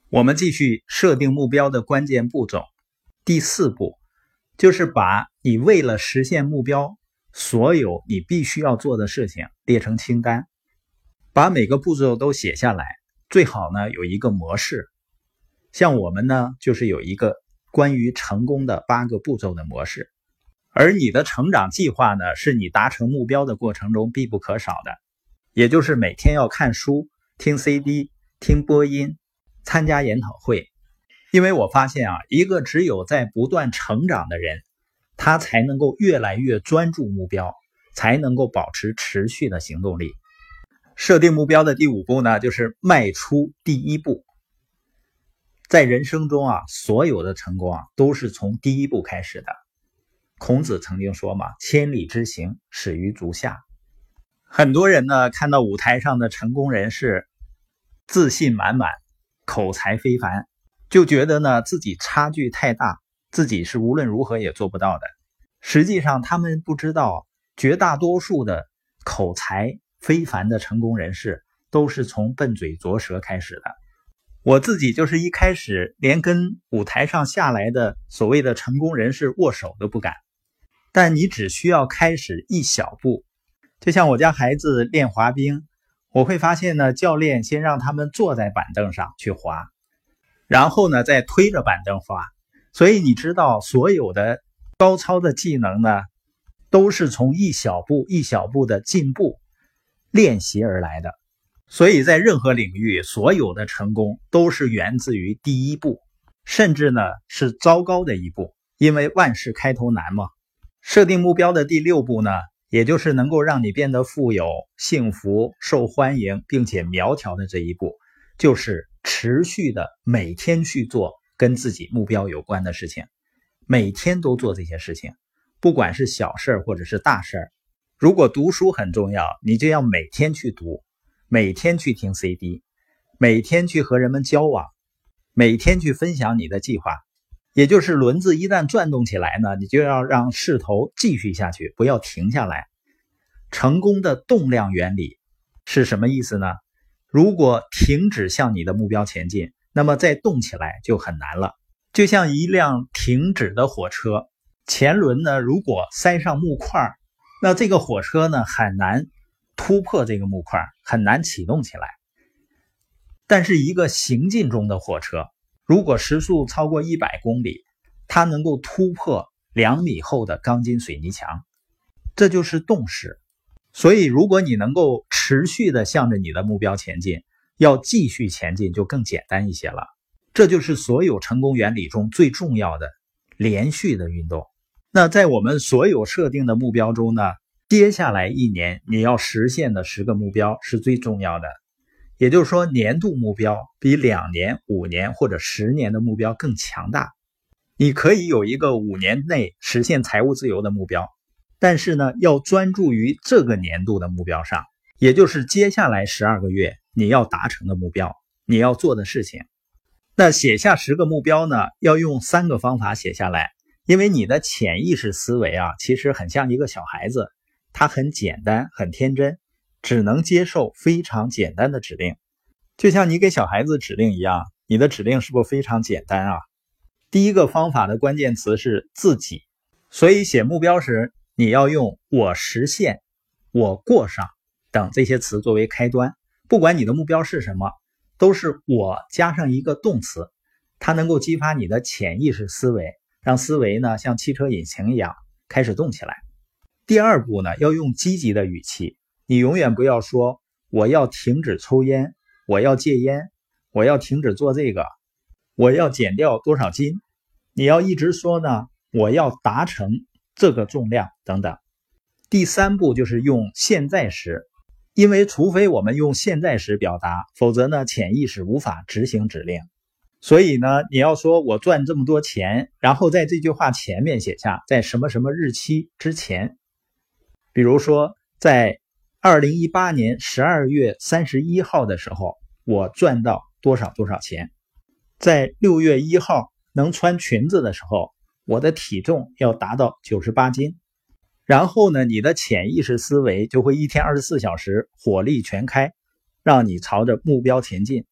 我们继续设定目标的关键步骤。第4步就是把你为了实现目标所有你必须要做的事情列成清单，把每个步骤都写下来，最好呢有一个模式。像我们呢就是有一个关于成功的8个步骤的模式，而你的成长计划呢是你达成目标的过程中必不可少的，也就是每天要看书、听 CD、听播音、参加研讨会。因为我发现一个只有在不断成长的人，他才能够越来越专注目标，才能够保持持续的行动力。设定目标的第5步呢，就是迈出第1步。在人生中所有的成功都是从第1步开始的。孔子曾经说嘛，千里之行，始于足下。很多人呢看到舞台上的成功人士自信满满，口才非凡，就觉得呢自己差距太大，自己是无论如何也做不到的。实际上他们不知道，绝大多数的口才非凡的成功人士都是从笨嘴拙舌开始的。我自己就是一开始连跟舞台上下来的所谓的成功人士握手都不敢。但你只需要开始一小步，就像我家孩子练滑冰，我会发现呢，教练先让他们坐在板凳上去滑，然后呢再推着板凳滑。所以你知道，所有的高超的技能呢，都是从一小步一小步的进步练习而来的。所以在任何领域，所有的成功都是源自于第1步，甚至呢是糟糕的一步，因为万事开头难嘛。设定目标的第6步呢，也就是能够让你变得富有、幸福、受欢迎并且苗条的这一步，就是持续的每天去做跟自己目标有关的事情，每天都做这些事情，不管是小事或者是大事。如果读书很重要，你就要每天去读，每天去听 CD， 每天去和人们交往，每天去分享你的计划。也就是轮子一旦转动起来呢，你就要让势头继续下去，不要停下来。成功的动量原理是什么意思呢？如果停止向你的目标前进，那么再动起来就很难了。就像一辆停止的火车，前轮呢如果塞上木块，那这个火车呢很难突破这个木块，很难启动起来。但是一个行进中的火车，如果时速超过100公里，它能够突破2米厚的钢筋水泥墙，这就是动势。所以如果你能够持续的向着你的目标前进，要继续前进就更简单一些了。这就是所有成功原理中最重要的连续的运动。那在我们所有设定的目标中呢，接下来1年你要实现的10个目标是最重要的。也就是说，年度目标比2年、5年或者10年的目标更强大。你可以有一个5年内实现财务自由的目标，但是呢，要专注于这个年度的目标上，也就是接下来12个月你要达成的目标，你要做的事情。那写下10个目标呢，要用3个方法写下来，因为你的潜意识思维其实很像一个小孩子，他很简单，很天真，只能接受非常简单的指令。就像你给小孩子指令一样，你的指令是不是非常简单啊？第一个方法的关键词是自己，所以写目标时，你要用我实现、我过上等这些词作为开端。不管你的目标是什么，都是我加上一个动词，它能够激发你的潜意识思维，让思维呢像汽车引擎一样开始动起来。第2步呢，要用积极的语气，你永远不要说我要停止抽烟，我要戒烟，我要停止做这个，我要减掉多少斤。你要一直说呢，我要达成这个重量等等。第3步就是用现在时，因为除非我们用现在时表达，否则呢潜意识无法执行指令。所以呢，你要说我赚这么多钱，然后在这句话前面写下在什么什么日期之前。比如说在2018年12月31号的时候，我赚到多少多少钱。在6月1号能穿裙子的时候，我的体重要达到98斤。然后呢，你的潜意识思维就会一天24小时火力全开，让你朝着目标前进。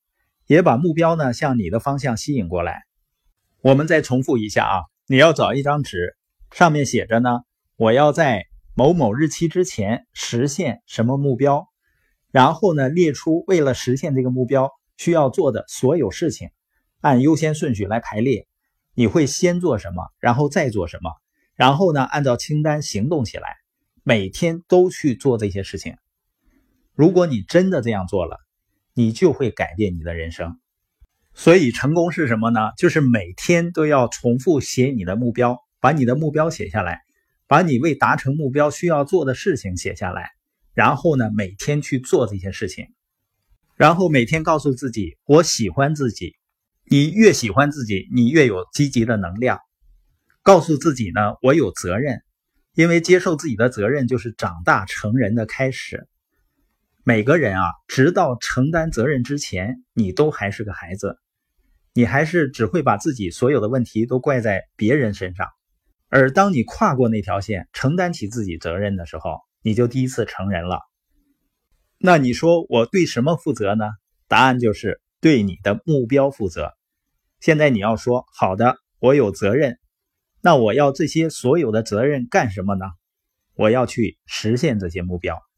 也把目标呢向你的方向吸引过来。我们再重复一下啊，你要找一张纸，上面写着呢，我要在某某日期之前实现什么目标，然后呢列出为了实现这个目标需要做的所有事情，按优先顺序来排列，你会先做什么，然后再做什么，然后呢按照清单行动起来，每天都去做这些事情。如果你真的这样做了，你就会改变你的人生。所以成功是什么呢？就是每天都要重复写你的目标，把你的目标写下来，把你为达成目标需要做的事情写下来，然后呢每天去做这些事情，然后每天告诉自己我喜欢自己。你越喜欢自己，你越有积极的能量。告诉自己呢，我有责任，因为接受自己的责任就是长大成人的开始。每个人啊，直到承担责任之前，你都还是个孩子，你还是只会把自己所有的问题都怪在别人身上。而当你跨过那条线，承担起自己责任的时候，你就第一次成人了。那你说我对什么负责呢？答案就是对你的目标负责。现在你要说，好的，我有责任，那我要这些所有的责任干什么呢？我要去实现这些目标，